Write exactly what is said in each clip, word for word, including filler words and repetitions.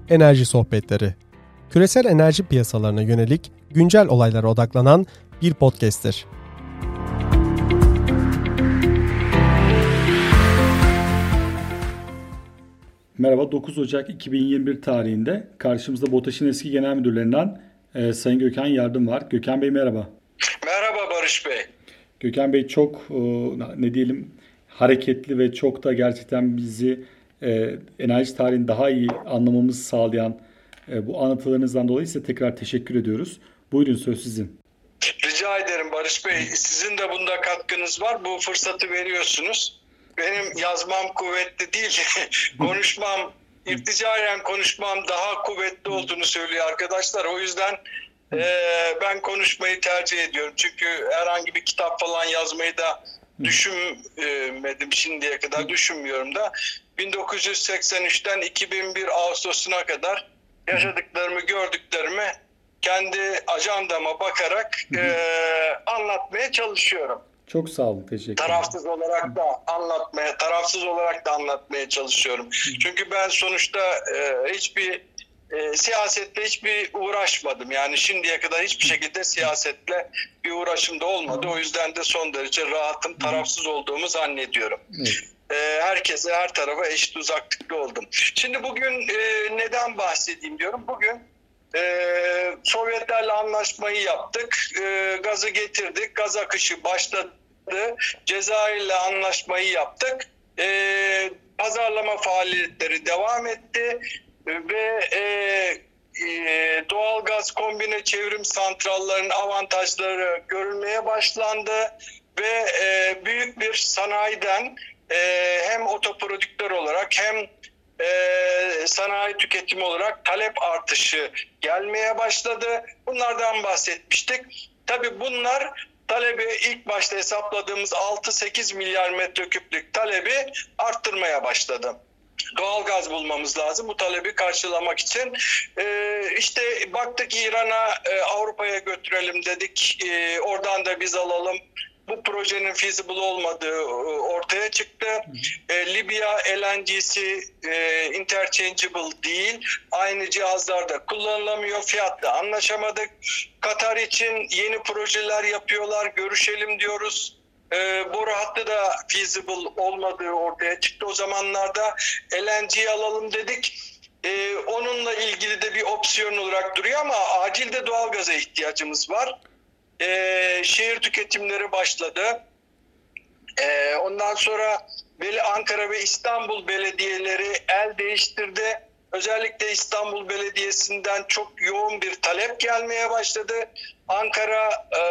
Enerji Sohbetleri. Küresel enerji piyasalarına yönelik güncel olaylara odaklanan bir podcast'tir. Merhaba, dokuz Ocak iki bin yirmi bir tarihinde karşımızda BOTAŞ'ın eski genel müdürlerinden e, Sayın Gökhan Yardım var. Gökhan Bey merhaba. Merhaba Barış Bey. Gökhan Bey çok e, ne diyelim hareketli ve çok da gerçekten bizi e, enerji tarihini daha iyi anlamamızı sağlayan e, bu anlatılarınızdan dolayı size tekrar teşekkür ediyoruz. Buyurun, söz sizin. Rica ederim Barış Bey. Sizin de bunda katkınız var. Bu fırsatı veriyorsunuz. Benim yazmam kuvvetli değil. konuşmam, irticaren konuşmam daha kuvvetli olduğunu söylüyor arkadaşlar. O yüzden e, ben konuşmayı tercih ediyorum. Çünkü herhangi bir kitap falan yazmayı da düşünmedim şimdiye kadar. Düşünmüyorum da. bin dokuz yüz seksen üçten iki bin bir Ağustos'una kadar yaşadıklarımı, gördüklerimi kendi ajandama bakarak e, anlatmaya çalışıyorum. Çok sağ olun, teşekkür ederim. Tarafsız olarak da anlatmaya, tarafsız olarak da anlatmaya çalışıyorum. Çünkü ben sonuçta e, hiçbir e, siyasetle hiçbir uğraşmadım. Yani şimdiye kadar hiçbir şekilde siyasetle bir uğraşım da olmadı. O yüzden de son derece rahatım, tarafsız olduğumu zannediyorum. Evet. E, herkese, her tarafa eşit uzaklıkta oldum. Şimdi bugün e, neden bahsedeyim diyorum. Bugün Ee, Sovyetlerle anlaşmayı yaptık, ee, gazı getirdik, gaz akışı başladı, Cezayir'le anlaşmayı yaptık, ee, pazarlama faaliyetleri devam etti ve e, e, doğalgaz kombine çevrim santrallerinin avantajları görülmeye başlandı ve e, büyük bir sanayiden e, hem otoprodüktör olarak hem Ee, sanayi tüketimi olarak talep artışı gelmeye başladı. Bunlardan bahsetmiştik. Tabii bunlar talebi ilk başta hesapladığımız altı sekiz milyar metreküplük talebi arttırmaya başladı. Doğalgaz bulmamız lazım bu talebi karşılamak için. Ee, işte baktık İran'a, e, Avrupa'ya götürelim dedik. E, oradan da biz alalım. Bu projenin feasible olmadığı ortaya çıktı. E, Libya L N G'si e, interchangeable değil. Aynı cihazlarda kullanılamıyor. Fiyatta anlaşamadık. Katar için yeni projeler yapıyorlar. Görüşelim diyoruz. E, boru hattı da feasible olmadığı ortaya çıktı. O zamanlarda L N G alalım dedik. E, onunla ilgili de bir opsiyon olarak duruyor ama acil de doğalgaza ihtiyacımız var. Ee, şehir tüketimleri başladı. Ee, ondan sonra Ankara ve İstanbul belediyeleri el değiştirdi. Özellikle İstanbul Belediyesi'nden çok yoğun bir talep gelmeye başladı. Ankara e,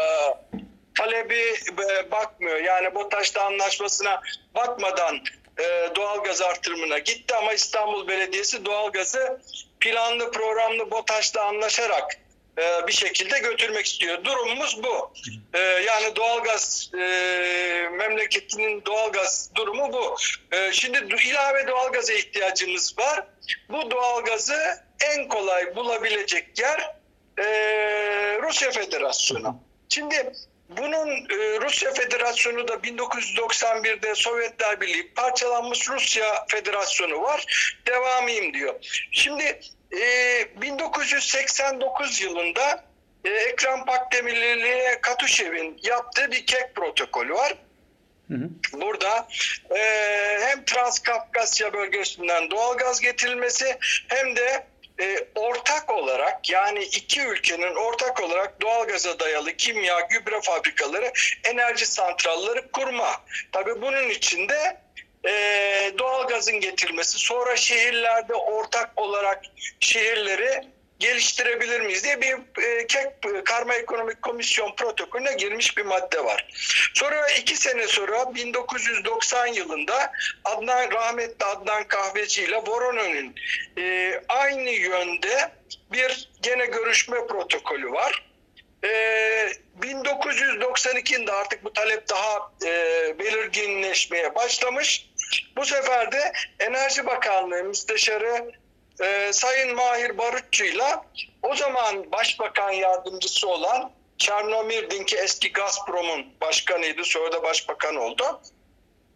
talebi e, bakmıyor. Yani BOTAŞ'ta anlaşmasına bakmadan e, doğalgaz artırımına gitti ama İstanbul Belediyesi doğalgazı planlı programlı BOTAŞ'la anlaşarak bir şekilde götürmek istiyor. Durumumuz bu. Ee, yani doğalgaz e, memleketinin doğalgaz durumu bu. Ee, şimdi ilave doğalgaza ihtiyacımız var. Bu doğalgazı en kolay bulabilecek yer e, Rusya Federasyonu. Şimdi bunun e, Rusya Federasyonu da bin dokuz yüz doksan birde Sovyetler Birliği parçalanmış Rusya Federasyonu var. Devamıyım diyor. Şimdi Ee, bin dokuz yüz seksen dokuz yılında e, Ekrem Pakdemirli Katuşev'in yaptığı bir Kek protokolü var. Hı hı. Burada e, hem Transkafkasya bölgesinden doğalgaz getirilmesi hem de e, ortak olarak, yani iki ülkenin ortak olarak doğalgaza dayalı kimya, gübre fabrikaları, enerji santralleri kurma. Tabii bunun içinde E, doğalgazın getirilmesi, sonra şehirlerde ortak olarak şehirleri geliştirebilir miyiz diye bir e, Kek Karma Ekonomik Komisyon protokolüne girmiş bir madde var. Sonra iki sene sonra bin dokuz yüz doksan yılında Adnan, rahmetli Adnan Kahveci ile Voronezh'in e, aynı yönde bir gene görüşme protokolü var. Ee, bin dokuz yüz doksan ikide artık bu talep daha e, belirginleşmeye başlamış. Bu sefer de Enerji Bakanlığı Müsteşarı e, Sayın Mahir Barutçu'yla o zaman Başbakan Yardımcısı olan Çernomirdin, ki eski Gazprom'un başkanıydı, sonra da başbakan oldu.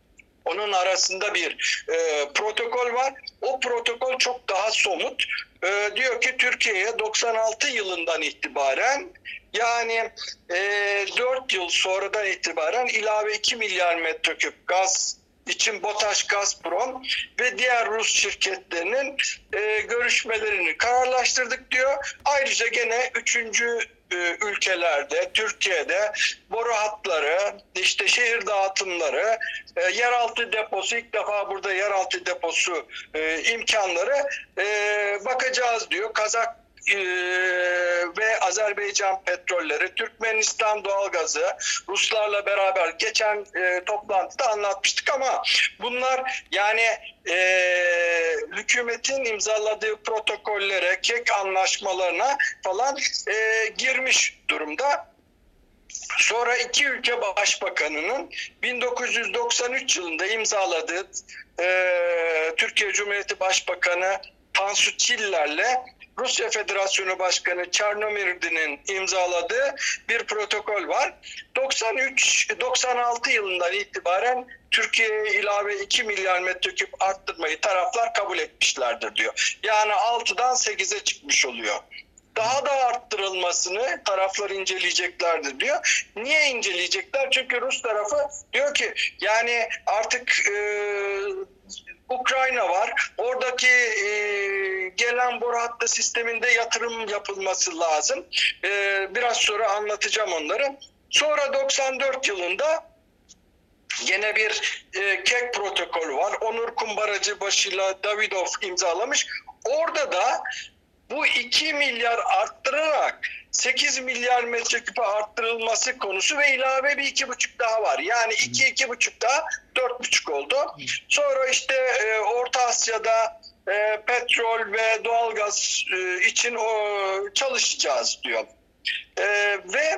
onun arasında bir e, protokol var. O protokol çok daha somut. E, diyor ki Türkiye'ye doksan altı yılından itibaren, yani e, dört yıl sonradan itibaren ilave iki milyar metreküp gaz için BOTAŞ, Gazprom ve diğer Rus şirketlerinin e, görüşmelerini kararlaştırdık diyor. Ayrıca gene üçüncü e, ülkelerde, Türkiye'de boru hatları, işte şehir dağıtımları, e, yeraltı deposu, ilk defa burada yeraltı deposu e, imkanları e, bakacağız diyor. Kazak Ee, ve Azerbaycan petrolleri, Türkmenistan doğalgazı, Ruslarla beraber geçen e, toplantıda anlatmıştık ama bunlar yani e, hükümetin imzaladığı protokollere, kek anlaşmalarına falan e, girmiş durumda. Sonra iki ülke başbakanının bin dokuz yüz doksan üç yılında imzaladığı e, Türkiye Cumhuriyeti Başbakanı Tansu Çiller'le Rusya Federasyonu Başkanı Çernomyrdi'nin imzaladığı bir protokol var. doksan üç doksan altı yılından itibaren Türkiye'ye ilave iki milyar metreküp arttırmayı taraflar kabul etmişlerdir diyor. Yani altıdan sekize çıkmış oluyor. Daha da arttırılmasını taraflar inceleyeceklerdir diyor. Niye inceleyecekler? Çünkü Rus tarafı diyor ki yani artık e, Ukrayna var. Oradaki e, gelen boru hattı sisteminde yatırım yapılması lazım. E, biraz sonra anlatacağım onları. Sonra doksan dört yılında yine bir e, kek protokolü var. Onur Kumbaracı başıyla Davidov imzalamış. Orada da bu iki milyar arttırarak sekiz milyar metreküpe arttırılması konusu ve ilave bir iki buçuk daha var. Yani iki iki buçuk daha dört buçuk oldu. Sonra işte e, Orta Asya'da e, petrol ve doğalgaz e, için o çalışacağız diyor. E, ve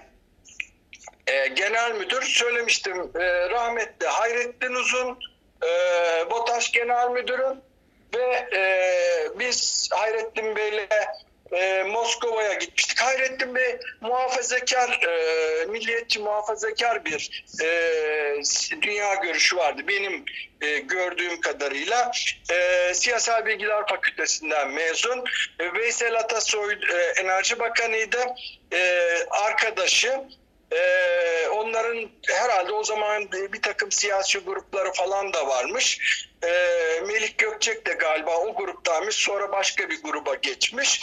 e, genel müdür söylemiştim e, rahmetli Hayrettin Uzun, e, BOTAŞ genel müdürü ve e, biz Hayrettin Bey'le e, Moskova'ya gitmiştik. Hayrettin Bey muhafazakar, e, milliyetçi muhafazakar bir e, dünya görüşü vardı. Benim e, gördüğüm kadarıyla e, Siyasal Bilgiler Fakültesinden mezun. E, Veysel Atasoy e, Enerji Bakanı'ydı. E, arkadaşı. Ee, onların herhalde o zaman bir takım siyasi grupları falan da varmış. Ee, Melik Gökçek de galiba o gruptanmış. Sonra başka bir gruba geçmiş.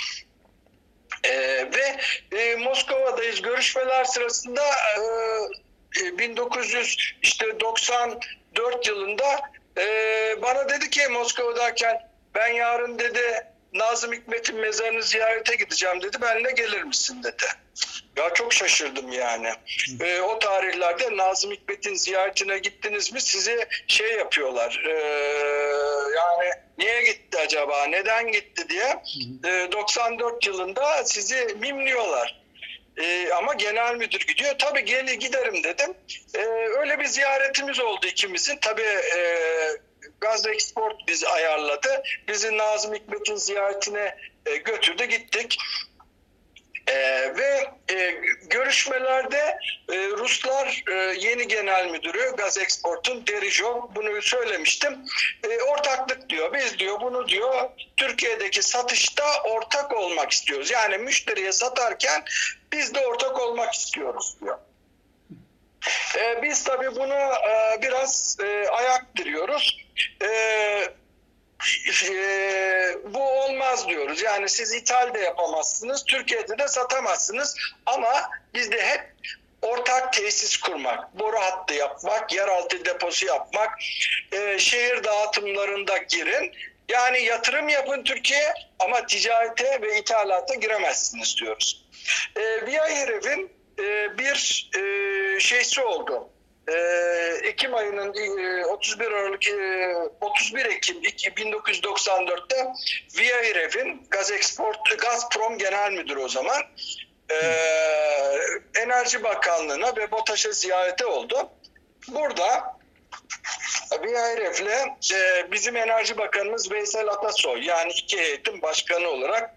Ee, ve e, Moskova'dayız. Görüşmeler sırasında e, bin dokuz yüz doksan dört yılında e, bana dedi ki Moskova'dayken ben yarın dedi Nazım Hikmet'in mezarını ziyarete gideceğim dedi. Benimle gelir misin dedi. Ya çok şaşırdım yani. Ee, o tarihlerde Nazım Hikmet'in ziyaretine gittiniz mi sizi şey yapıyorlar. Ee, yani niye gitti acaba, neden gitti diye ee, doksan dört yılında sizi mimliyorlar. Ee, ama genel müdür gidiyor. Tabii gel giderim dedim. Ee, öyle bir ziyaretimiz oldu ikimizin. Tabii e, Gazexport bizi ayarladı. Bizi Nazım Hikmet'in ziyaretine e, götürdü, gittik. Ee, ve e, görüşmelerde e, Ruslar e, yeni genel müdürü Gazexport'un Derijov bunu söylemiştim. E, ortaklık diyor. Biz diyor bunu diyor Türkiye'deki satışta ortak olmak istiyoruz. Yani müşteriye satarken biz de ortak olmak istiyoruz diyor. E, biz tabii bunu e, biraz e, ayak diriyoruz. E, Ee, bu olmaz diyoruz. Yani siz ithal de yapamazsınız, Türkiye'de de satamazsınız ama bizde hep ortak tesis kurmak, boru hattı yapmak, yeraltı deposu yapmak, e, şehir dağıtımlarında girin. Yani yatırım yapın Türkiye'ye ama ticarete ve ithalata giremezsiniz diyoruz. E, Viyahirev'in e, bir e, şeysi oldu. Ekim ayının otuz bir Aralık otuz bir Ekim bin dokuz yüz doksan dörtte Viyahirev'in Gazexport Gazprom Genel Müdürü o zaman Enerji Bakanlığı'na ve BOTAŞ'a ziyarete oldu. Burada Viyahirev'le bizim Enerji Bakanımız Veysel Atasoy yani iki heyetin başkanı olarak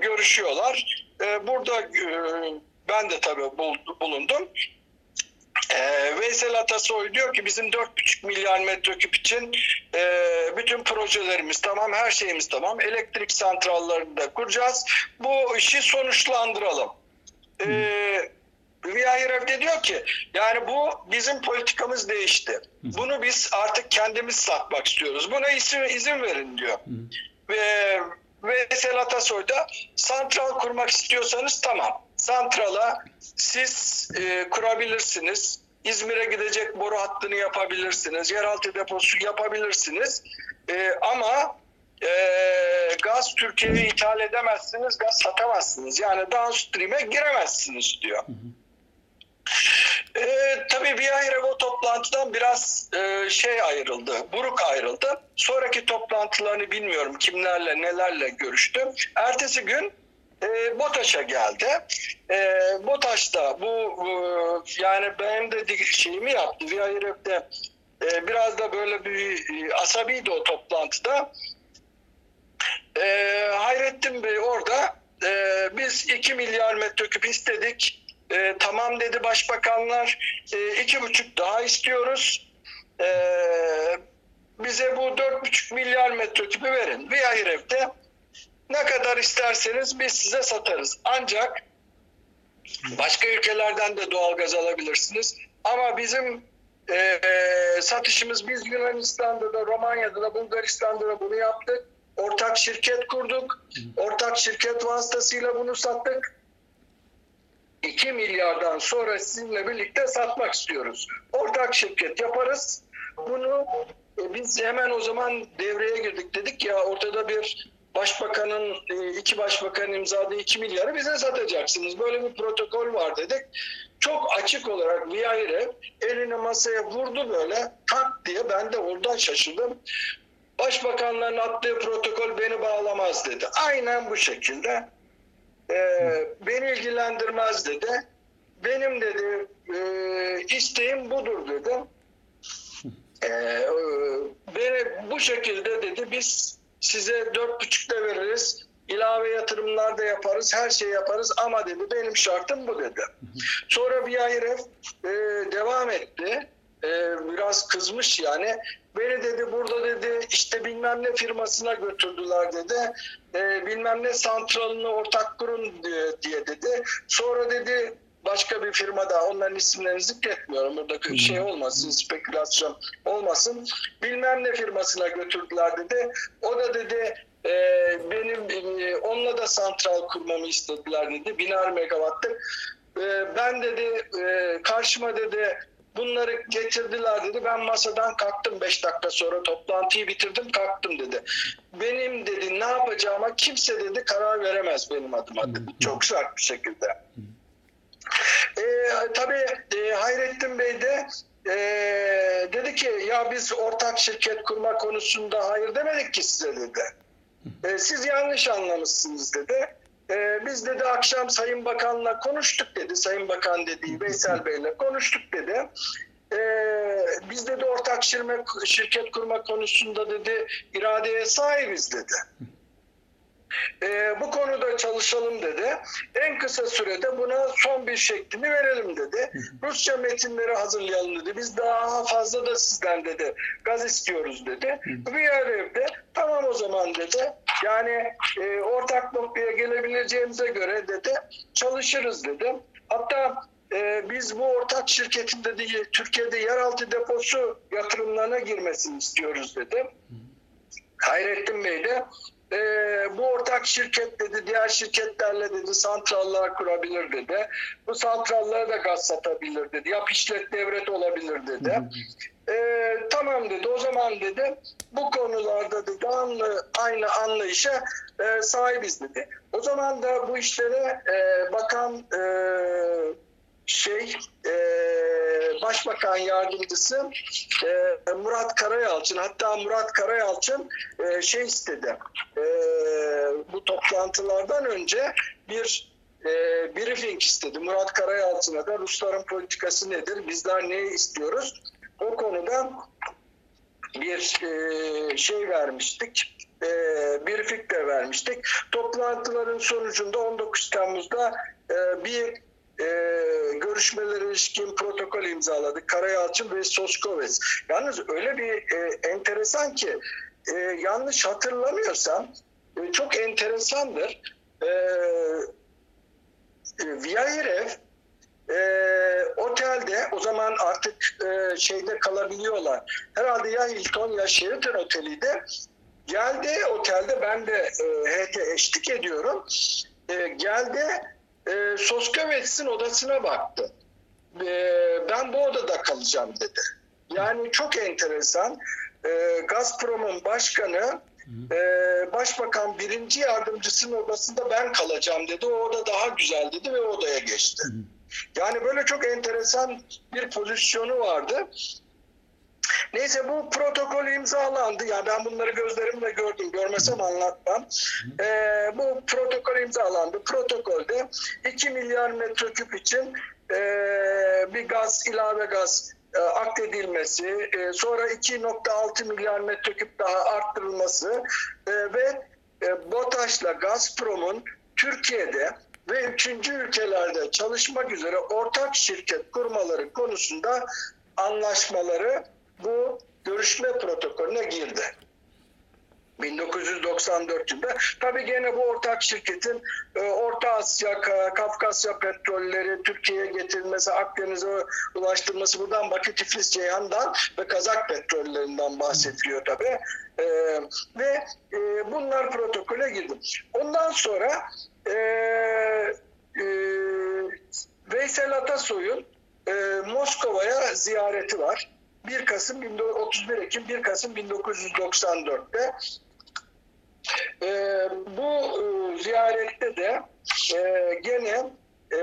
görüşüyorlar. Burada ben de tabii bulundum. Ee, Veysel Atasoy diyor ki bizim dört buçuk milyar metreküp için e, bütün projelerimiz tamam, her şeyimiz tamam. Elektrik santrallerini de kuracağız. Bu işi sonuçlandıralım. Ee, Viyahirev de diyor ki yani bu bizim politikamız değişti. Bunu biz artık kendimiz satmak istiyoruz. Buna izin, izin verin diyor. Ve Veysel Atasoy da santral kurmak istiyorsanız tamam. Santrala siz e, kurabilirsiniz. İzmir'e gidecek boru hattını yapabilirsiniz. Yeraltı deposu yapabilirsiniz. E, ama e, gaz Türkiye'ye ithal edemezsiniz, gaz satamazsınız. Yani downstream'e giremezsiniz diyor. Hı hı. E, tabii Viyahirev o toplantıdan biraz e, şey ayrıldı, buruk ayrıldı. Sonraki toplantılarını bilmiyorum kimlerle nelerle görüştü. Ertesi gün e, BOTAŞ'a geldi. E, BOTAŞ'ta bu e, yani benim de şeyimi yaptı. Viyahirev de e, biraz da böyle bir e, asabiydi o toplantıda. E, Hayrettin Bey orada e, biz iki milyar metreküp istedik. E, tamam dedi başbakanlar, e, iki buçuk daha istiyoruz. E, bize bu dört buçuk milyar metreküpü verin. Viyahirev de ne kadar isterseniz biz size satarız. Ancak başka ülkelerden de doğalgaz alabilirsiniz. Ama bizim e, e, satışımız, biz Yunanistan'da da, Romanya'da da, Bulgaristan'da da bunu yaptık. Ortak şirket kurduk. Ortak şirket vasıtasıyla bunu sattık. iki milyardan sonra sizinle birlikte satmak istiyoruz. Ortak şirket yaparız. Bunu e, biz hemen o zaman devreye girdik. Dedik ya ortada bir başbakanın, e, iki başbakanın imzaladığı iki milyarı bize satacaksınız. Böyle bir protokol var dedik. Çok açık olarak Viyahirev elini masaya vurdu böyle tak diye, ben de oradan şaşırdım. Başbakanların attığı protokol beni bağlamaz dedi. Aynen bu şekilde. Ee, beni ilgilendirmez dedi. Benim dedi e, isteğim budur dedi. Ee, beni bu şekilde dedi biz size dört buçukta veririz. İlave yatırımlar da yaparız. Her şeyi yaparız ama dedi benim şartım bu dedi. Sonra Viyahirev e, devam etti. E, biraz kızmış yani. Beni dedi burada dedi işte bilmem ne firmasına götürdüler dedi. E, bilmem ne santralını ortak kurun diye, diye dedi. Sonra dedi başka bir firmada, onların isimlerini zikretmiyorum. Burada şey olmasın, spekülasyon olmasın. Bilmem ne firmasına götürdüler dedi. O da dedi e, benim e, onunla da santral kurmamı istediler dedi. Biner megawattlık. E, ben dedi e, karşıma dedi bunları getirdiler dedi. Ben masadan kalktım beş dakika sonra, toplantıyı bitirdim kalktım dedi. Benim dedi ne yapacağıma kimse dedi karar veremez benim adıma dedi. Çok sert bir şekilde. E, tabii e, Hayrettin Bey de e, dedi ki ya biz ortak şirket kurma konusunda hayır demedik ki size dedi. E, siz yanlış anlamışsınız dedi. E, biz dedi akşam Sayın Bakan'la konuştuk dedi. Sayın Bakan dediği Veysel Bey'le konuştuk dedi. E, biz dedi ortak şirme, şirket kurma konusunda dedi iradeye sahibiz dedi. E, bu konuda çalışalım dedi. En kısa sürede buna son bir şeklini verelim dedi. Rusça metinleri hazırlayalım dedi. Biz daha fazla da sizden dedi gaz istiyoruz dedi. Viyahirev de tamam o zaman dedi. Yani e, ortak noktaya gelebileceğimize göre dedi çalışırız dedi. Hatta e, biz bu ortak şirketin dedi Türkiye'de yeraltı deposu yatırımlarına girmesini istiyoruz dedi. Hayrettin Bey de Ee, bu ortak şirket dedi diğer şirketlerle dedi santraller kurabilir dedi. Bu santrallere de gaz satabilir dedi. Yap işlet devret olabilir dedi. Ee, tamam dedi o zaman dedi bu konularda dedi anlı, aynı anlayışa e, sahibiz dedi. O zaman da bu işlere e, bakan e, şey e, Başbakan Yardımcısı e, Murat Karayalçın, hatta Murat Karayalçın e, şey istedi e, bu toplantılardan önce bir e, briefing istedi. Murat Karayalçın'a da Rusların politikası nedir, bizler ne istiyoruz, o konuda bir e, şey vermiştik. E, briefing de vermiştik. Toplantıların sonucunda on dokuz Temmuz'da e, bir e, görüşmelere ilişkin protokol imzaladı. Karayalçın ve Soskovets. Yalnız öyle bir e, enteresan ki e, yanlış hatırlamıyorsam e, çok enteresandır. E, e, Vyacherev e, otelde, o zaman artık e, şeyde kalabiliyorlar. Herhalde ya Hilton ya Sheraton Oteli'de geldi otelde, ben de e, heyete eşlik ediyorum. E, geldi e, Soskovets'in odasına baktı. E, ben bu odada kalacağım dedi. Yani çok enteresan. E, Gazprom'un başkanı e, Başbakan birinci yardımcısının odasında ben kalacağım dedi. O oda daha güzel dedi ve o odaya geçti. Yani böyle çok enteresan bir pozisyonu vardı. Neyse, bu protokol imzalandı. Yani ben bunları gözlerimle gördüm. Görmesem anlatmam. Ee, bu protokol imzalandı. Protokolde iki milyar metreküp için e, bir gaz, ilave gaz e, akdedilmesi, e, sonra iki nokta altı milyar metreküp daha arttırılması e, ve e, BOTAŞ'la Gazprom'un Türkiye'de ve üçüncü ülkelerde çalışmak üzere ortak şirket kurmaları konusunda anlaşmaları bu görüşme protokolüne girdi. bin dokuz yüz doksan dört yılında. Tabii gene bu ortak şirketin e, Orta Asya, Kafkasya petrolleri Türkiye'ye getirilmesi, Akdeniz'e ulaştırılması, buradan Bakü, Tiflis, Ceyhan'dan ve Kazak petrollerinden bahsediliyor tabii. E, ve e, bunlar protokole girdi. Ondan sonra e, e, Veysel Atasoy'un e, Moskova'ya ziyareti var. bir Kasım otuz bir Ekim bir Kasım bin dokuz yüz doksan dörtte e, bu e, ziyarette de e, gene e,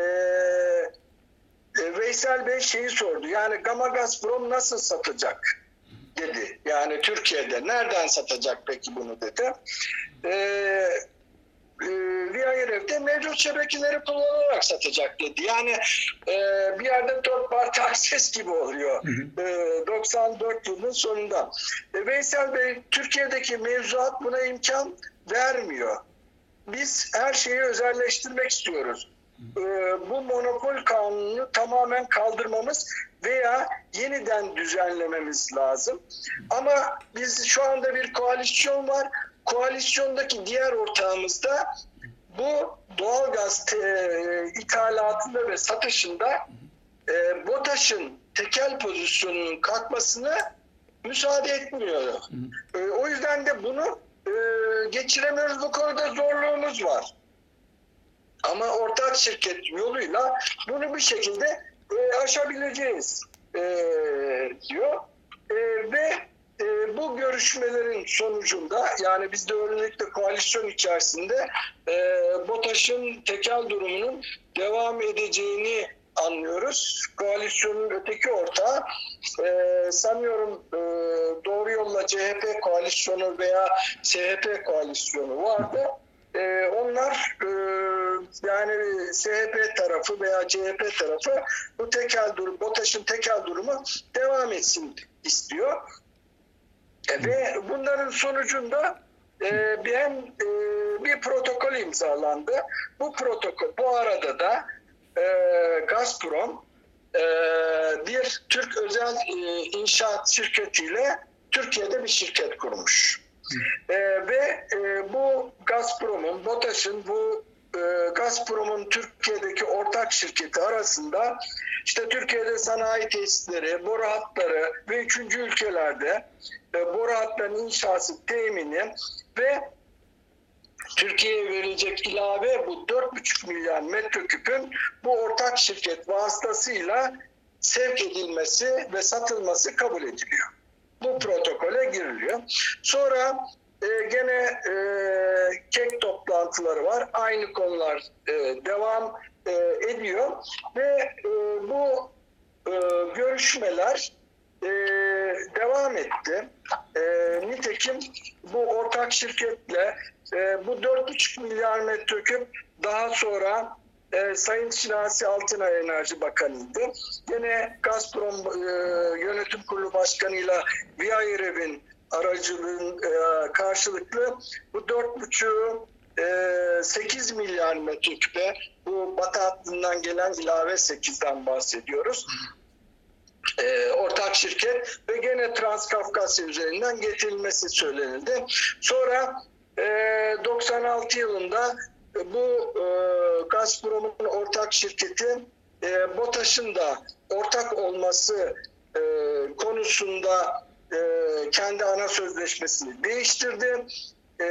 e, Veysel Bey şeyi sordu. Yani Gama Gazprom nasıl satacak dedi. Yani Türkiye'de nereden satacak peki bunu dedi. Eee Vyacherev'de mevcut şebekeleri kullanarak satacak dedi. Yani e, bir yerde third party access gibi oluyor. Hı hı. E, doksan dört yılının sonunda. E, Veysel Bey, Türkiye'deki mevzuat buna imkan vermiyor. Biz her şeyi özelleştirmek istiyoruz. E, bu monopol kanununu tamamen kaldırmamız veya yeniden düzenlememiz lazım. Ama biz şu anda bir koalisyon var. Koalisyondaki diğer ortağımız da bu doğalgaz e, ithalatında ve satışında e, BOTAŞ'ın tekel pozisyonunun kalkmasına müsaade etmiyor. E, o yüzden de bunu e, geçiremiyoruz. Bu konuda zorluğumuz var. Ama ortak şirket yoluyla bunu bir şekilde e, aşabileceğiz e, diyor. E, ve E, bu görüşmelerin sonucunda, yani biz de özellikle koalisyon içerisinde e, BOTAŞ'ın tekel durumunun devam edeceğini anlıyoruz. Koalisyonun öteki ortağı e, sanıyorum e, Doğru Yolla C H P koalisyonu veya S H P koalisyonu vardı. E, onlar e, yani S H P tarafı veya C H P tarafı bu tekel durum, BOTAŞ'ın tekel durumu devam etsin istiyor. Ve bunların sonucunda e, bir, hem, e, bir protokol imzalandı. Bu protokol, bu arada da e, Gazprom e, bir Türk özel e, inşaat şirketiyle Türkiye'de bir şirket kurmuş. E, ve e, bu Gazprom'un, BOTAŞ'ın bu e, Gazprom'un Türkiye'deki ortak şirketi arasında işte Türkiye'de sanayi tesisleri, boru hatları ve üçüncü ülkelerde e, boru hatlarının inşası, temini ve Türkiye'ye verilecek ilave bu dört buçuk milyar metreküpün bu ortak şirket vasıtasıyla sevk edilmesi ve satılması kabul ediliyor. Bu protokole giriliyor. Sonra e, gene e, kek toplantıları var. Aynı konular e, devam e, ediyor ve e, bu e, görüşmeler e, devam etti. E, nitekim bu ortak şirketle e, bu dört buçuk milyar metreküp daha sonra e, Sayın Şinasi Altınay Enerji Bakanı'ydı. Yine Gazprom e, Yönetim Kurulu Başkanı'yla Vyacherev'in aracılığın e, karşılıklı bu dört buçuk sekiz milyar metreküpe, bu Batı hattından gelen ilave sekizden bahsediyoruz. E, ortak şirket ve gene Transkafkasya üzerinden getirilmesi söylenildi. Sonra e, doksan altı yılında bu e, Gazprom'un ortak şirketi e, BOTAŞ'ın da ortak olması e, konusunda e, kendi ana sözleşmesini değiştirdi. E,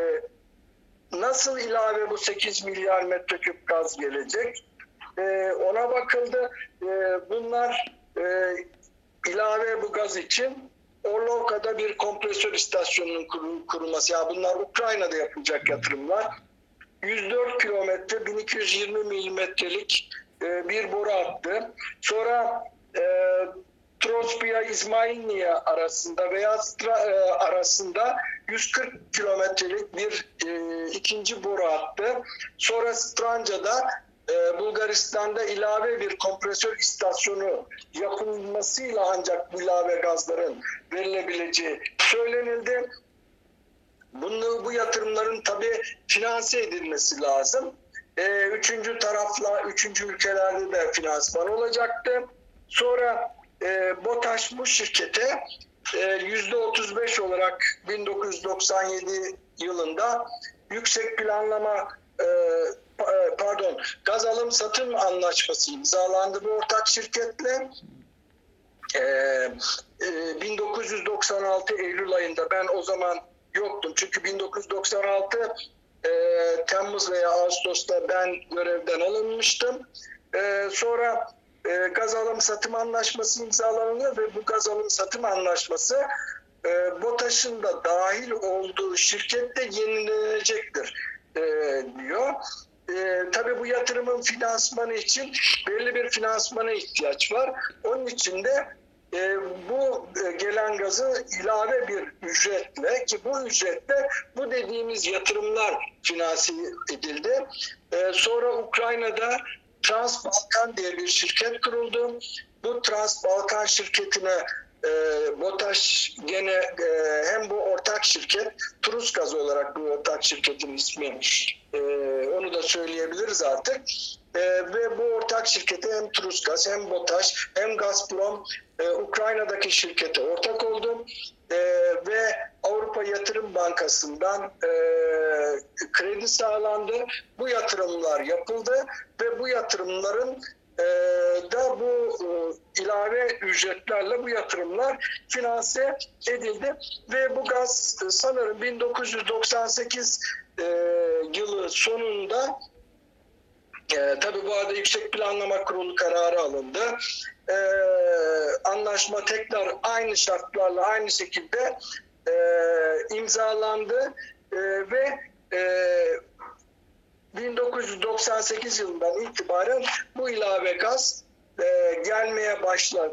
nasıl ilave bu sekiz milyar metreküp gaz gelecek? E, ona bakıldı. E, bunlar e, ilave bu gaz için Orlovka'da bir kompresör istasyonunun kur, kurulması. Ya bunlar Ukrayna'da yapılacak yatırımlar. yüz dört kilometre, bin iki yüz yirmi milimetrelik e, bir boru hattı. Sonra e, Trospia İzmailniye arasında veya Stra, e, arasında yüz kırk kilometrelik bir e, ikinci boru hattı. Sonra Stranca'da e, Bulgaristan'da ilave bir kompresör istasyonu yapılmasıyla ancak bu ilave gazların verilebileceği söylenildi. Bunu, bu yatırımların tabii finanse edilmesi lazım. E, üçüncü tarafla, üçüncü ülkelerde de finansman olacaktı. Sonra e, BOTAŞ bu şirkete e, yüzde otuz beş olarak bin dokuz yüz doksan yedi yılında yüksek planlama e, pardon gaz alım satım anlaşması imzalandı bu ortak şirketle. E, e, bin dokuz yüz doksan altı Eylül ayında, ben o zaman yoktum çünkü bin dokuz yüz doksan altı e, Temmuz veya Ağustos'ta ben görevden alınmıştım. E, sonra e, gaz alım satım anlaşması imzalanıyor ve bu gaz alım satım anlaşması e, BOTAŞ'ın da dahil olduğu şirkette yenilenecektir e, diyor. E, tabii bu yatırımın finansmanı için belli bir finansmana ihtiyaç var. Onun için de e, bu e, gelen gazı ilave bir ücretle, ki bu ücretle bu dediğimiz yatırımlar finanse edildi. E, sonra Ukrayna'da Transbalkan diye bir şirket kuruldu. Bu Transbalkan şirketine e, BOTAŞ gene e, hem bu ortak şirket, Turuzgaz olarak bu ortak şirketin ismi, e, onu da söyleyebiliriz artık. E, ve bu ortak şirkete hem Turuzgaz hem BOTAŞ hem Gazprom e, Ukrayna'daki şirkete ortak oldu. E, ve Avrupa Yatırım Bankası'ndan e, kredi sağlandı. Bu yatırımlar yapıldı ve bu yatırımların e, da bu e, ilave ücretlerle bu yatırımlar finanse edildi ve bu gaz e, sanırım bin dokuz yüz doksan sekiz e, yılı sonunda e, tabii bu arada Yüksek Planlama Kurulu kararı alındı. E, anlaşma tekrar aynı şartlarla aynı şekilde e, imzalandı e, ve e, bin dokuz yüz doksan sekiz yılından itibaren bu ilave gaz e, gelmeye başladı.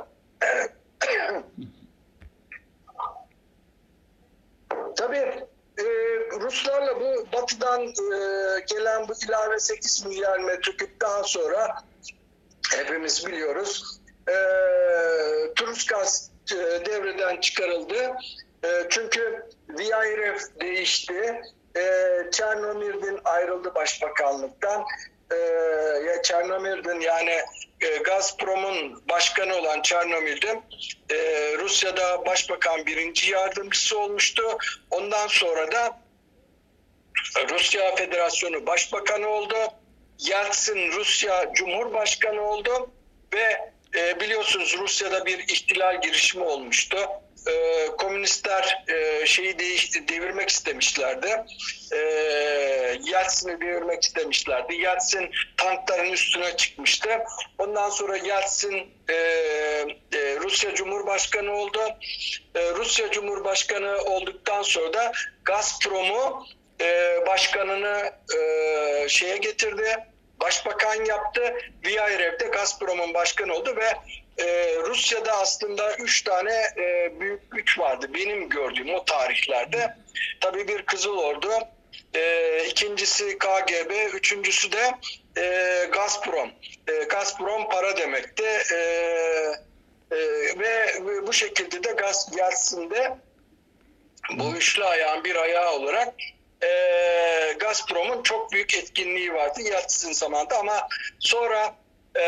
Tabii e, Ruslarla bu batıdan e, gelen bu ilave sekiz milyar metreküp daha sonra hepimiz biliyoruz e, Turuzgaz e, devreden çıkarıldı. E, çünkü Viayev değişti. E, Çernomirdin ayrıldı başbakanlıktan. E, ya Çernomirdin yani e, Gazprom'un başkanı olan Çernomirdin e, Rusya'da başbakan birinci yardımcısı olmuştu. Ondan sonra da Rusya Federasyonu Başbakanı oldu. Yeltsin Rusya Cumhurbaşkanı oldu ve e, biliyorsunuz Rusya'da bir ihtilal girişimi olmuştu. E, komünistler e, şeyi değiş, devirmek istemişlerdi. E, Yeltsin'i devirmek istemişlerdi. Yeltsin tankların üstüne çıkmıştı. Ondan sonra Yeltsin e, e, Rusya Cumhurbaşkanı oldu. E, Rusya Cumhurbaşkanı olduktan sonra da Gazprom'u e, başkanını e, şeye getirdi. Başbakan yaptı. Viayev de Gazprom'un başkanı oldu ve Ee, Rusya'da aslında üç tane e, büyük güç vardı benim gördüğüm o tarihlerde. Tabii bir Kızıl Ordu, e, ikincisi K G B, üçüncüsü de e, Gazprom. E, Gazprom para demekti. E, e, ve bu şekilde de Gaz Yeltsin'de bu üçlü ayağın bir ayağı olarak e, Gazprom'un çok büyük etkinliği vardı Yeltsin zamanında, ama sonra e,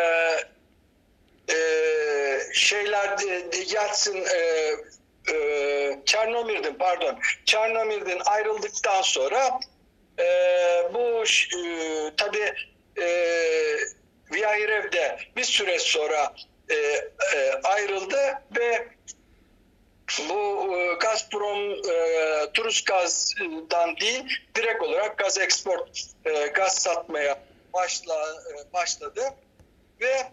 e, şeyler Yeltsin e, e, Çernomir'den pardon Çernomir'den ayrıldıktan sonra e, bu e, tabii e, Vyacherev bir süre sonra e, e, ayrıldı ve bu e, Gazprom e, Turuz Gaz'dan değil, direkt olarak gaz export, e, gaz satmaya başla, e, başladı ve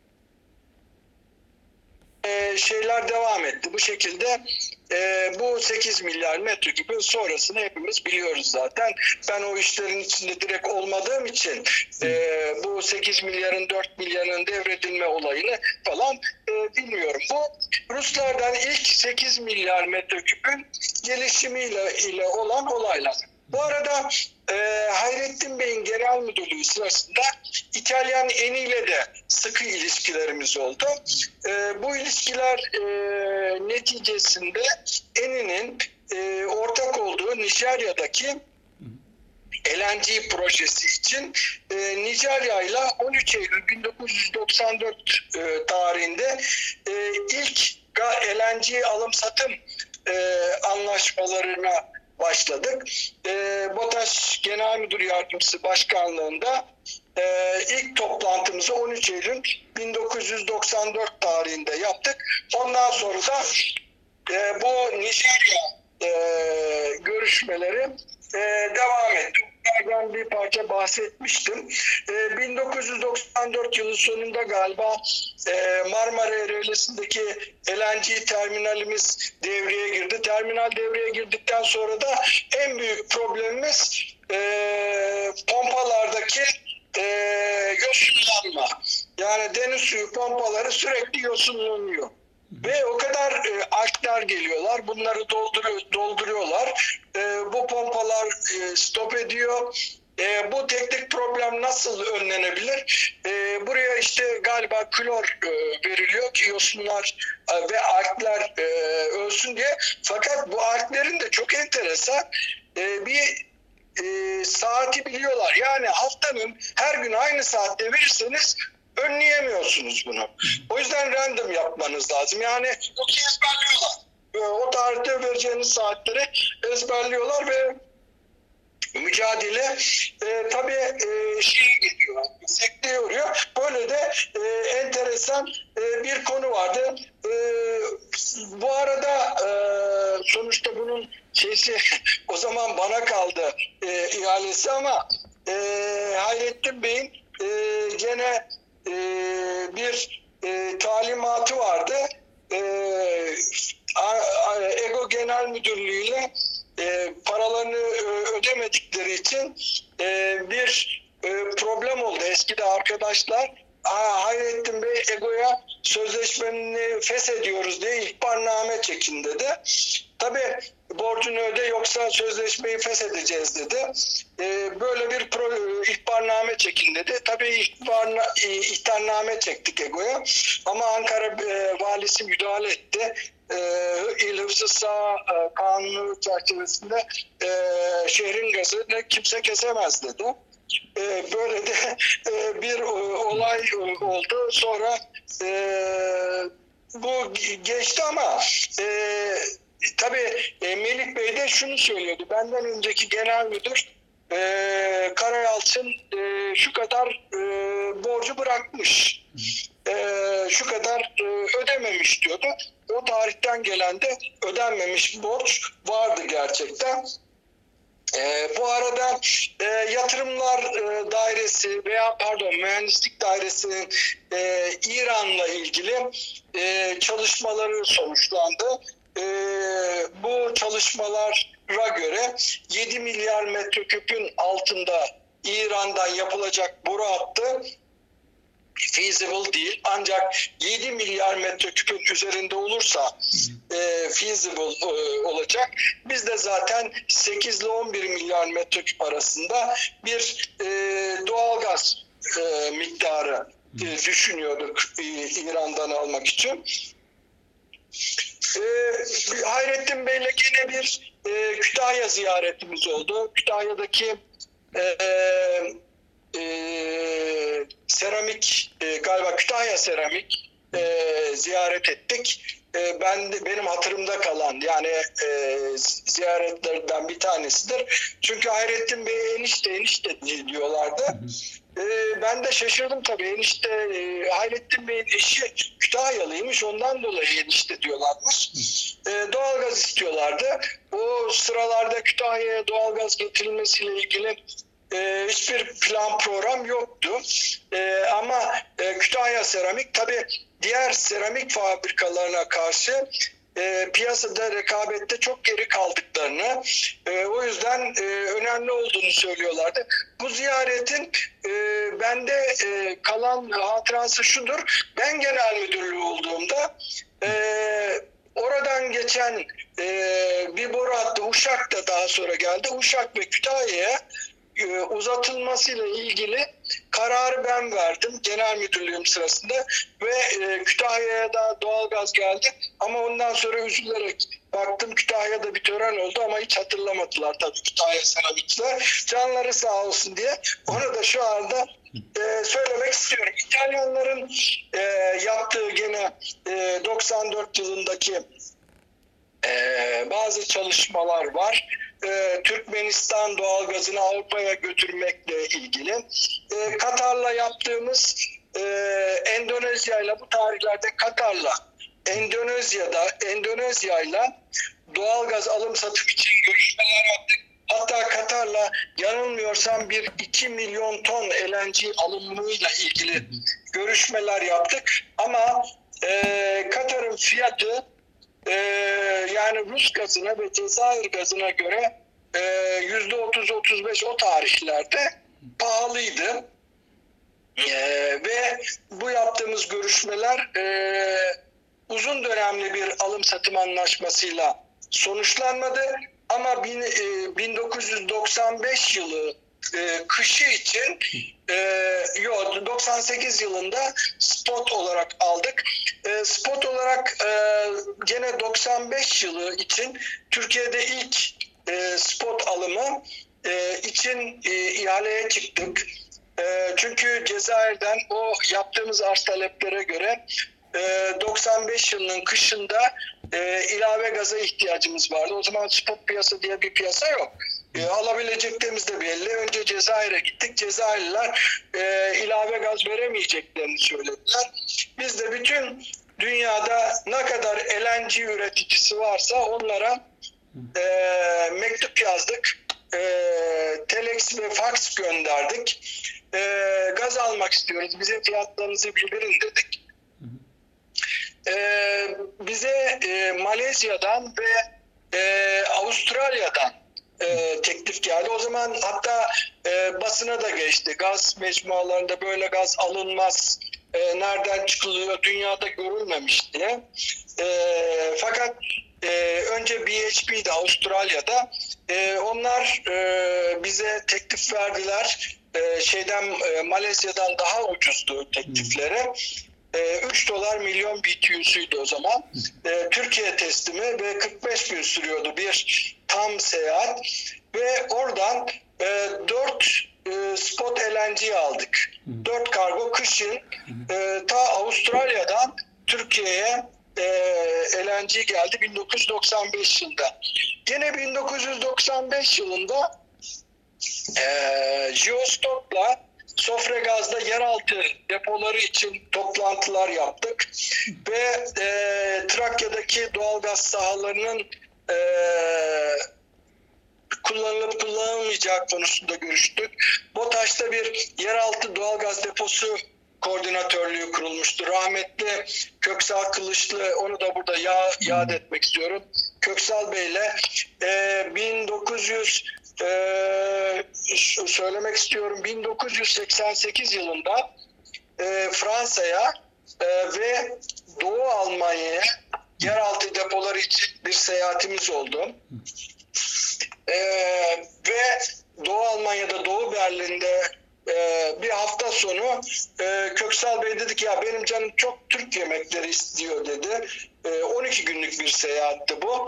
e, şeyler devam etti. Bu şekilde e, bu sekiz milyar metreküp sonrasını hepimiz biliyoruz zaten. Ben o işlerin içinde direkt olmadığım için e, bu sekiz milyarın dört milyarın devredilme olayını falan e, bilmiyorum. Bu Ruslardan ilk sekiz milyar metreküpün gelişimiyle ile olan olaylar. Bu arada e, Hayrettin Bey'in genel müdürlüğü sırasında İtalyan Eni ile de sıkı ilişkilerimiz oldu. E, bu ilişkiler e, neticesinde Eni'nin e, ortak olduğu Nijerya'daki L N G projesi için e, Nijerya ile on üç Eylül bin dokuz yüz doksan dört e, tarihinde e, ilk L N G alım satım e, anlaşmalarına başladık. E, BOTAŞ Genel Müdür Yardımcısı Başkanlığında e, ilk toplantımızı on üç Eylül bin dokuz yüz doksan dört tarihinde yaptık. Ondan sonra da e, bu Nijerya e, görüşmeleri e, devam etti. Ben bir parça bahsetmiştim. E, bin dokuz yüz doksan dört yılı sonunda galiba e, Marmara Ereğlisi'ndeki L N G terminalimiz devreye girdi. Terminal devreye girdikten sonra da en büyük problemimiz e, pompalardaki e, yosunlanma. Yani deniz suyu pompaları sürekli yosunlanıyor. Ve o kadar e, alklar geliyorlar. Bunları dolduruyor, dolduruyorlar. E, bu pompalar e, stop ediyor. E, bu teknik problem nasıl önlenebilir? E, buraya işte galiba klor e, veriliyor ki yosunlar e, ve alklar e, ölsün diye. Fakat bu alklerin de çok enteresan e, bir e, saati biliyorlar. Yani haftanın her gün aynı saatte verirseniz önleyemiyorsunuz bunu. O yüzden random yapmanız lazım. Yani yoksa ezberliyorlar. O tarihte vereceğiniz saatleri ezberliyorlar ve mücadele e, tabii e, şey geliyor, sekteye uğruyor. Böyle de e, enteresan e, bir konu vardı. E, bu arada e, sonuçta bunun şeysi o zaman bana kaldı e, ihalesi, ama e, Hayrettin Bey'in e, gene e, bir e, talimatı vardı. E, Ego Genel Müdürlüğü ile e, paralarını e, ödemedikleri için e, bir e, problem oldu. Eskide arkadaşlar Hayrettin Bey Ego'ya sözleşmeni feshediyoruz diye ihbarname çekin dedi. Tabii borcunu öde yoksa sözleşmeyi feshedeceğiz dedi. E, böyle bir pro, ihbarname çekin dedi. Tabii ihbarna, ihtarname çektik Ego'ya ama Ankara e, valisi müdahale etti. E, İl Hıfzı Sağ e, kanunu çerçevesinde e, şehrin gazını kimse kesemez dedi. E, böyle de e, bir e, olay e, oldu. Sonra e, bu geçti ama e, tabii e, Melih Bey de şunu söylüyordu. Benden önceki genel müdür e, Karayalçın e, şu kadar e, borcu bırakmış. E, şu kadar e, ödememiş diyordu. O tarihten gelen de ödenmemiş borç vardı gerçekten. E, bu arada e, yatırımlar e, dairesi veya pardon mühendislik dairesinin e, İran'la ilgili e, çalışmaları sonuçlandı. E, bu çalışmalara göre yedi milyar metreküpün altında İran'dan yapılacak boru hattı feasible değil. Ancak yedi milyar metreküpün üzerinde olursa e, feasible e, olacak. Biz de zaten sekiz ile on bir milyar metreküp arasında bir e, doğalgaz e, miktarı e, düşünüyorduk e, İran'dan almak için. E, Hayrettin Bey'le yine bir e, Kütahya ziyaretimiz oldu. Kütahya'daki e, e, seramik e, galiba Kütahya seramik e, ziyaret ettik. E, ben de, benim hatırımda kalan yani e, ziyaretlerden bir tanesidir. Çünkü Hayrettin Bey enişte enişte diyorlardı. E, ben de şaşırdım tabii. Enişte e, Hayrettin Bey'in eşi Kütahyalıymış. Ondan dolayı enişte diyorlarmış. E, doğalgaz istiyorlardı. O sıralarda Kütahya'ya doğalgaz getirilmesiyle ilgili e, hiçbir plan program yoktu. E, ama e, Kütahya Seramik tabii diğer seramik fabrikalarına karşı e, piyasada rekabette çok geri kaldıklarını, e, o yüzden e, önemli olduğunu söylüyorlardı. Bu ziyaretin e, bende e, kalan hatırası şudur: ben genel müdürlüğü olduğumda e, oradan geçen e, bir boru hattı Uşak'ta daha sonra geldi. Uşak ve Kütahya'ya e, uzatılmasıyla ilgili kararı ben verdim genel müdürlüğüm sırasında ve e, Kütahya'ya da doğalgaz geldi ama ondan sonra üzülerek baktım Kütahya'da bir tören oldu ama hiç hatırlamadılar tabii Kütahya seramikçiler. Canları sağ olsun diye onu da şu anda e, söylemek istiyorum. İtalyanların e, yaptığı gene e, doksan dört yılındaki e, bazı çalışmalar var. Ee, Türkmenistan doğalgazını Avrupa'ya götürmekle ilgili. Ee, Katar'la yaptığımız e, Endonezya'yla bu tarihlerde Katar'la Endonezya'da Endonezya'yla doğalgaz alım satım için görüşmeler yaptık. Hatta Katar'la yanılmıyorsam bir iki milyon ton L N G alımıyla ilgili görüşmeler yaptık. Ama e, Katar'ın fiyatı Ee, yani Rus gazına ve Cezayir gazına göre yüzde otuz otuz beş o tarihlerde pahalıydı. Ee, ve bu yaptığımız görüşmeler e, uzun dönemli bir alım satım anlaşmasıyla sonuçlanmadı. Ama bin, e, bin dokuz yüz doksan beş yılı e, kışı için e, yok doksan sekiz yılında spot olarak aldık. E, spot olarak e, gene doksan beş yılı için Türkiye'de ilk e, spot alımı e, için e, ihaleye çıktık. E, çünkü Cezayir'den o yaptığımız arz taleplere göre e, doksan beş yılının kışında e, ilave gaza ihtiyacımız vardı. O zaman spot piyasa diye bir piyasa yok. E, alabileceklerimiz de belli. Önce Cezayir'e gittik. Cezayirliler e, ilave gaz veremeyeceklerini söylediler. Biz de bütün dünyada ne kadar L N G üreticisi varsa onlara e, mektup yazdık. E, telex ve fax gönderdik. E, gaz almak istiyoruz. Bize fiyatlarınızı bildirin dedik. E, bize e, Malezya'dan ve e, Avustralya'dan e, teklif geldi. O zaman hatta e, basına da geçti. Gaz mecmualarında böyle gaz alınmaz. E, nereden çıkılıyor? Dünyada görülmemiş diye. E, fakat e, önce B H P'de Avustralya'da e, onlar e, bize teklif verdiler. E, şeyden e, Malezya'dan daha ucuzdu teklifleri. üç dolar milyon B T U'suydu o zaman. E, Türkiye teslimi ve kırk beş gün sürüyordu bir tam seyahat. Ve oradan e, dört e, spot L N G aldık. dört kargo kışın e, ta Avustralya'dan Türkiye'ye e, L N G geldi bin dokuz yüz doksan beş yılında. Yine bin dokuz yüz doksan beş yılında e, Geostok'la Sofragaz'da yeraltı depoları için toplantılar yaptık ve e, Trakya'daki doğalgaz sahalarının e, kullanılıp kullanılmayacağı konusunda görüştük. BOTAŞ'ta bir yeraltı doğalgaz deposu koordinatörlüğü kurulmuştu. Rahmetli Köksal Kılıçlı, onu da burada ya, yad etmek istiyorum. Köksal Bey'le e, bin dokuz yüz Ee, söylemek istiyorum bin dokuz yüz seksen sekiz yılında e, Fransa'ya e, ve Doğu Almanya'ya yeraltı depoları için bir seyahatimiz oldu. E, ve Doğu Almanya'da Doğu Berlin'de e, bir hafta sonu e, Köksal Bey dedi ki ya benim canım çok Türk yemekleri istiyor dedi. E, on iki günlük bir seyahatti bu.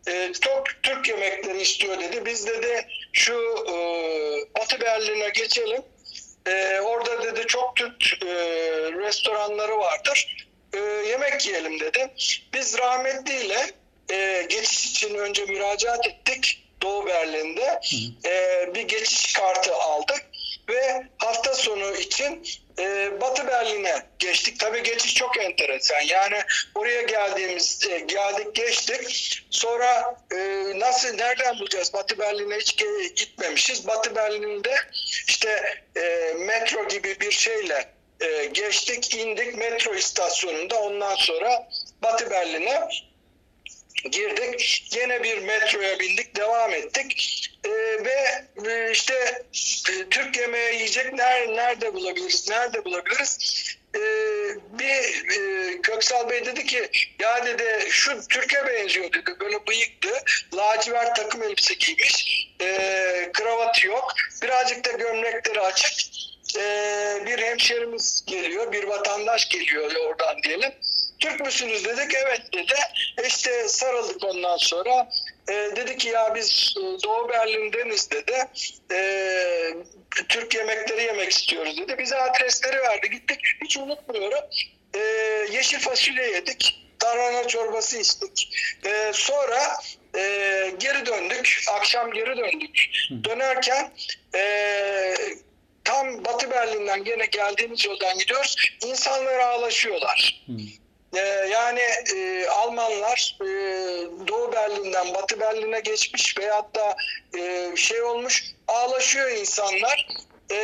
e, çok Türk yemekleri istiyor dedi. Biz dedi şu e, Batı Berlin'e geçelim. E, orada dedi çok Türk e, restoranları vardır. E, yemek yiyelim dedi. Biz rahmetliyle e, geçiş için önce müracaat ettik. Doğu Berlin'de e, bir geçiş kartı aldık ve hafta sonu için e, Batı Berlin'e geçtik. Tabii geçiş çok enteresan. Yani oraya geldiğimiz e, geldik geçtik. Sonra e, nasıl nereden bulacağız? Batı Berlin'e hiç gitmemişiz. Batı Berlin'de işte e, metro gibi bir şeyle e, geçtik, indik metro istasyonunda. Ondan sonra Batı Berlin'e girdik. Yine bir metroya bindik. Devam ettik. Ee, ve e, işte e, Türk yemeği yiyecek nerede, nerede bulabiliriz? Nerede bulabiliriz? Ee, bir e, Köksal Bey dedi ki ya dedi şu Türk'e benziyor dedi. Böyle bıyıktı. Lacivert takım elbise giymiş. E, kravatı yok. Birazcık da gömlekleri açık. E, bir hemşerimiz geliyor. Bir vatandaş geliyor oradan diyelim. Türk müsünüz dedik. Evet dedi. İşte sarıldık ondan sonra. E, dedi ki ya biz Doğu Berlin'deniz dedi. E, Türk yemekleri yemek istiyoruz dedi. Bize adresleri verdi. Gittik. Hiç unutmuyorum. E, yeşil fasulye yedik. Tarhana çorbası içtik. E, sonra e, geri döndük. Akşam geri döndük. Dönerken e, tam Batı Berlin'den gene geldiğimiz yoldan gidiyoruz. İnsanlar ağlaşıyorlar. Hmm. Ee, yani e, Almanlar e, Doğu Berlin'den Batı Berlin'e geçmiş veyahut da e, şey olmuş, ağlaşıyor insanlar. E,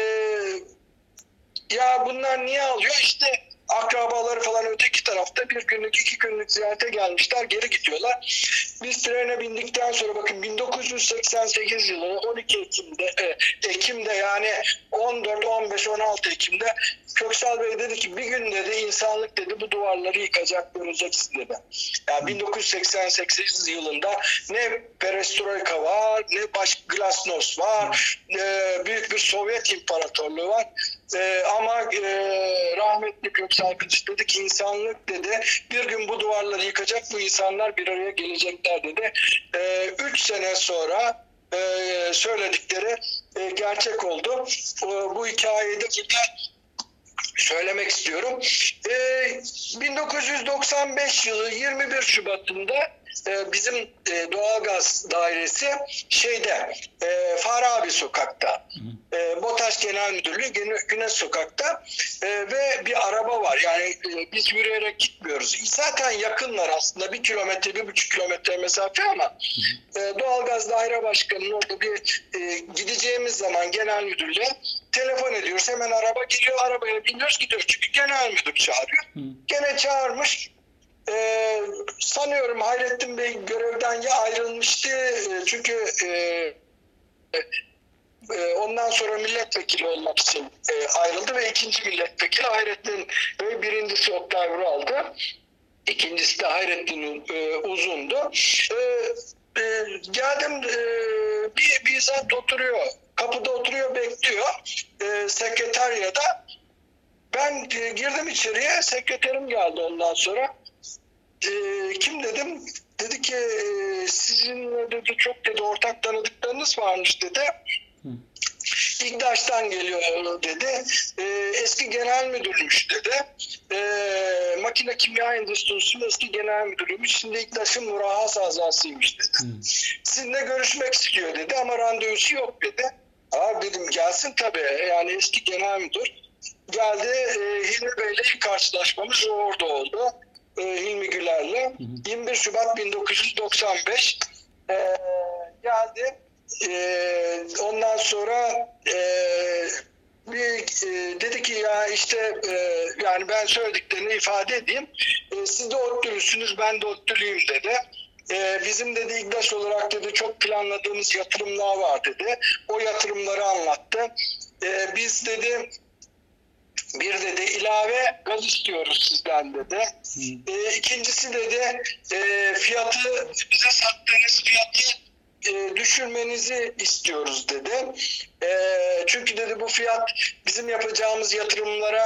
ya bunlar niye ağlıyor? İşte akrabaları falan öteki tarafta bir günlük iki günlük ziyarete gelmişler, geri gidiyorlar. Biz trene bindikten sonra bakın bin dokuz yüz seksen sekiz yılı on iki Ekim'de e, Ekim'de yani on dört on beş on altı Ekim'de Köksal Bey dedi ki bir gün dedi insanlık dedi bu duvarları yıkacak, göreceksin dedi. Yani bin dokuz yüz seksen sekiz yılında ne perestroika var, ne baş glasnost var, e, büyük bir Sovyet İmparatorluğu var. E, ama e, rahmetli Köksal Kılıç dedi ki insanlık dedi bir gün bu duvarları yıkacak, bu insanlar bir araya gelecekler dedi. E, üç sene sonra e, söyledikleri e, gerçek oldu. E, bu hikayeyi de burada söylemek istiyorum. Ee, bin dokuz yüz doksan beş yılı yirmi bir Şubat'ında e, bizim e, doğalgaz dairesi şeyde e, Farabi Sokak'ta, e, BOTAŞ Genel Müdürlüğü Güneş Sokak'ta e, ve bir araba var. Yani e, biz yürüyerek gitmiyoruz. Zaten yakınlar aslında, bir kilometre, bir buçuk kilometre mesafe ama e, doğalgaz daire başkanının orada bir e, gideceğimiz zaman genel müdürlüğe telefon ediyoruz. Hemen araba geliyor, arabaya biniyoruz, gidiyoruz. Çünkü genel müdür çağırıyor. Hı. Gene çağırmış. Ee, sanıyorum Hayrettin Bey görevden ya ayrılmıştı. E, çünkü e, e, ondan sonra milletvekili olmak için e, ayrıldı ve ikinci milletvekili Hayrettin Bey, birincisi Oktay Vural'dı. İkincisi de Hayrettin e, Uzun'du. E, e, geldim e, bir, bir zat oturuyor. Kapıda oturuyor, bekliyor. E, sekreteryada. Ben e, girdim içeriye. Sekreterim geldi ondan sonra. E, kim dedim? Dedi ki e, sizinle dedi çok dedi ortak tanıdıklarınız varmış dedi. Hı. İGDAŞ'tan geliyor dedi. E, eski genel müdürmüş dedi. E, makine kimya endüstrisinin eski genel müdürüymüş. Şimdi İGDAŞ'ın murahhas azasıymış dedi. Hı. Sizinle görüşmek istiyor dedi ama randevusu yok dedi. Abi dedim gelsin tabii. Yani eski genel müdür. Geldi. E, Hilmi Bey'le ilk karşılaşmamız orada oldu. E, Hilmi Güler'le. Hı hı. yirmi bir Şubat bin dokuz yüz doksan beş e, geldi. E, ondan sonra e, bir, e, dedi ki ya işte e, yani ben söylediklerini ifade edeyim. E, siz de ODTÜ'lüsünüz, ben de ODTÜ'lüyüm dedi. Ee, bizim dedi İGDAŞ olarak dedi çok planladığımız yatırımlar var dedi. O yatırımları anlattı. Ee, biz dedi bir dedi ilave gaz istiyoruz sizden dedi. Ee, ikincisi dedi e, fiyatı bize sattığınız fiyatı e, düşürmenizi istiyoruz dedi. E, çünkü dedi bu fiyat bizim yapacağımız yatırımlara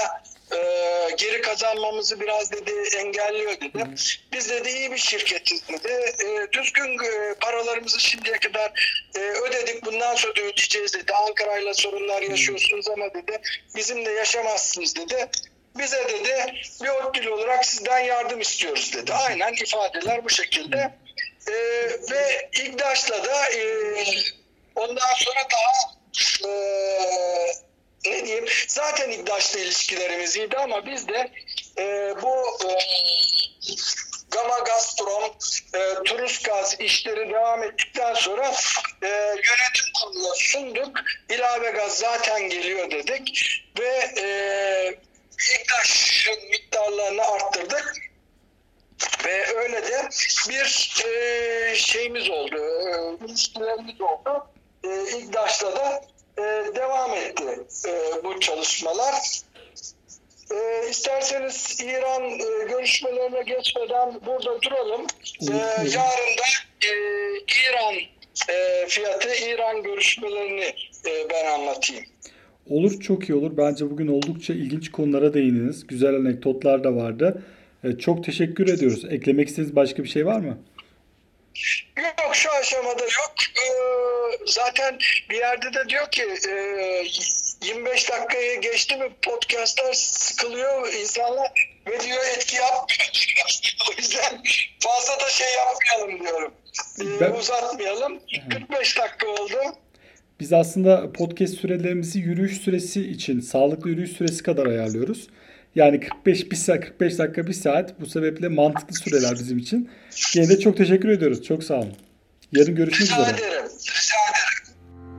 e, geri kazanmamızı biraz dedi engelliyor dedi. Biz dedi iyi bir şirketiz dedi. E, düzgün e, paralarımızı şimdiye kadar e, ödedik. Bundan sonra da ödeyeceğiz dedi. Ankara'yla sorunlar yaşıyorsunuz ama dedi bizimle yaşamazsınız dedi. Bize dedi bir ODTÜ'lü olarak sizden yardım istiyoruz dedi. Aynen ifadeler bu şekilde. E, ve İGDAŞ'la da e, ondan sonra daha e, ne diyeyim zaten İGDAŞ'la ilişkilerimiz iyiydi ama biz de e, bu e, Gama Gazprom, e, Turusgaz işleri devam ettikten sonra e, yönetim kuruluna sunduk. İlave gaz zaten geliyor dedik ve e, İGDAŞ'ın miktarlarını arttırdık. Ve öyle de bir e, şeyimiz oldu, e, ilişkilerimiz oldu. E, İGDAŞ'la da e, devam etti e, bu çalışmalar. E, isterseniz İran e, görüşmelerine geçmeden burada duralım. E, yarın da e, İran e, fiyatı, İran görüşmelerini e, ben anlatayım. Olur, çok iyi olur. Bence bugün oldukça ilginç konulara değindiniz. Güzel anekdotlar da vardı. Çok teşekkür ediyoruz. Eklemek istediğiniz başka bir şey var mı? Yok, şu aşamada yok. Ee, zaten bir yerde de diyor ki e, yirmi beş dakikayı geçti mi podcastlar sıkılıyor insanlar ve diyor etki yapmıyor. O yüzden fazla da şey yapmayalım diyorum. Ee, ben... Uzatmayalım. kırk beş dakika oldu. Biz aslında podcast sürelerimizi yürüyüş süresi için sağlıklı yürüyüş süresi kadar ayarlıyoruz. Yani kırk beş bir saat, kırk beş dakika bir saat bu sebeple mantıklı süreler bizim için. Yine de çok teşekkür ediyoruz. Çok sağ olun. Yarın görüşmek Rica üzere. ederim. Rica ederim.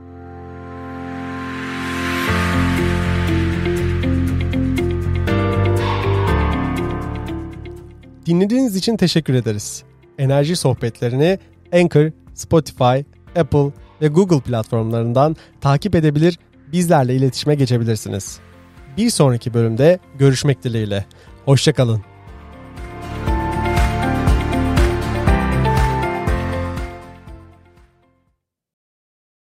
Dinlediğiniz için teşekkür ederiz. Enerji sohbetlerini Anchor, Spotify, Apple ve Google platformlarından takip edebilir, bizlerle iletişime geçebilirsiniz. Bir sonraki bölümde görüşmek dileğiyle. Hoşça kalın.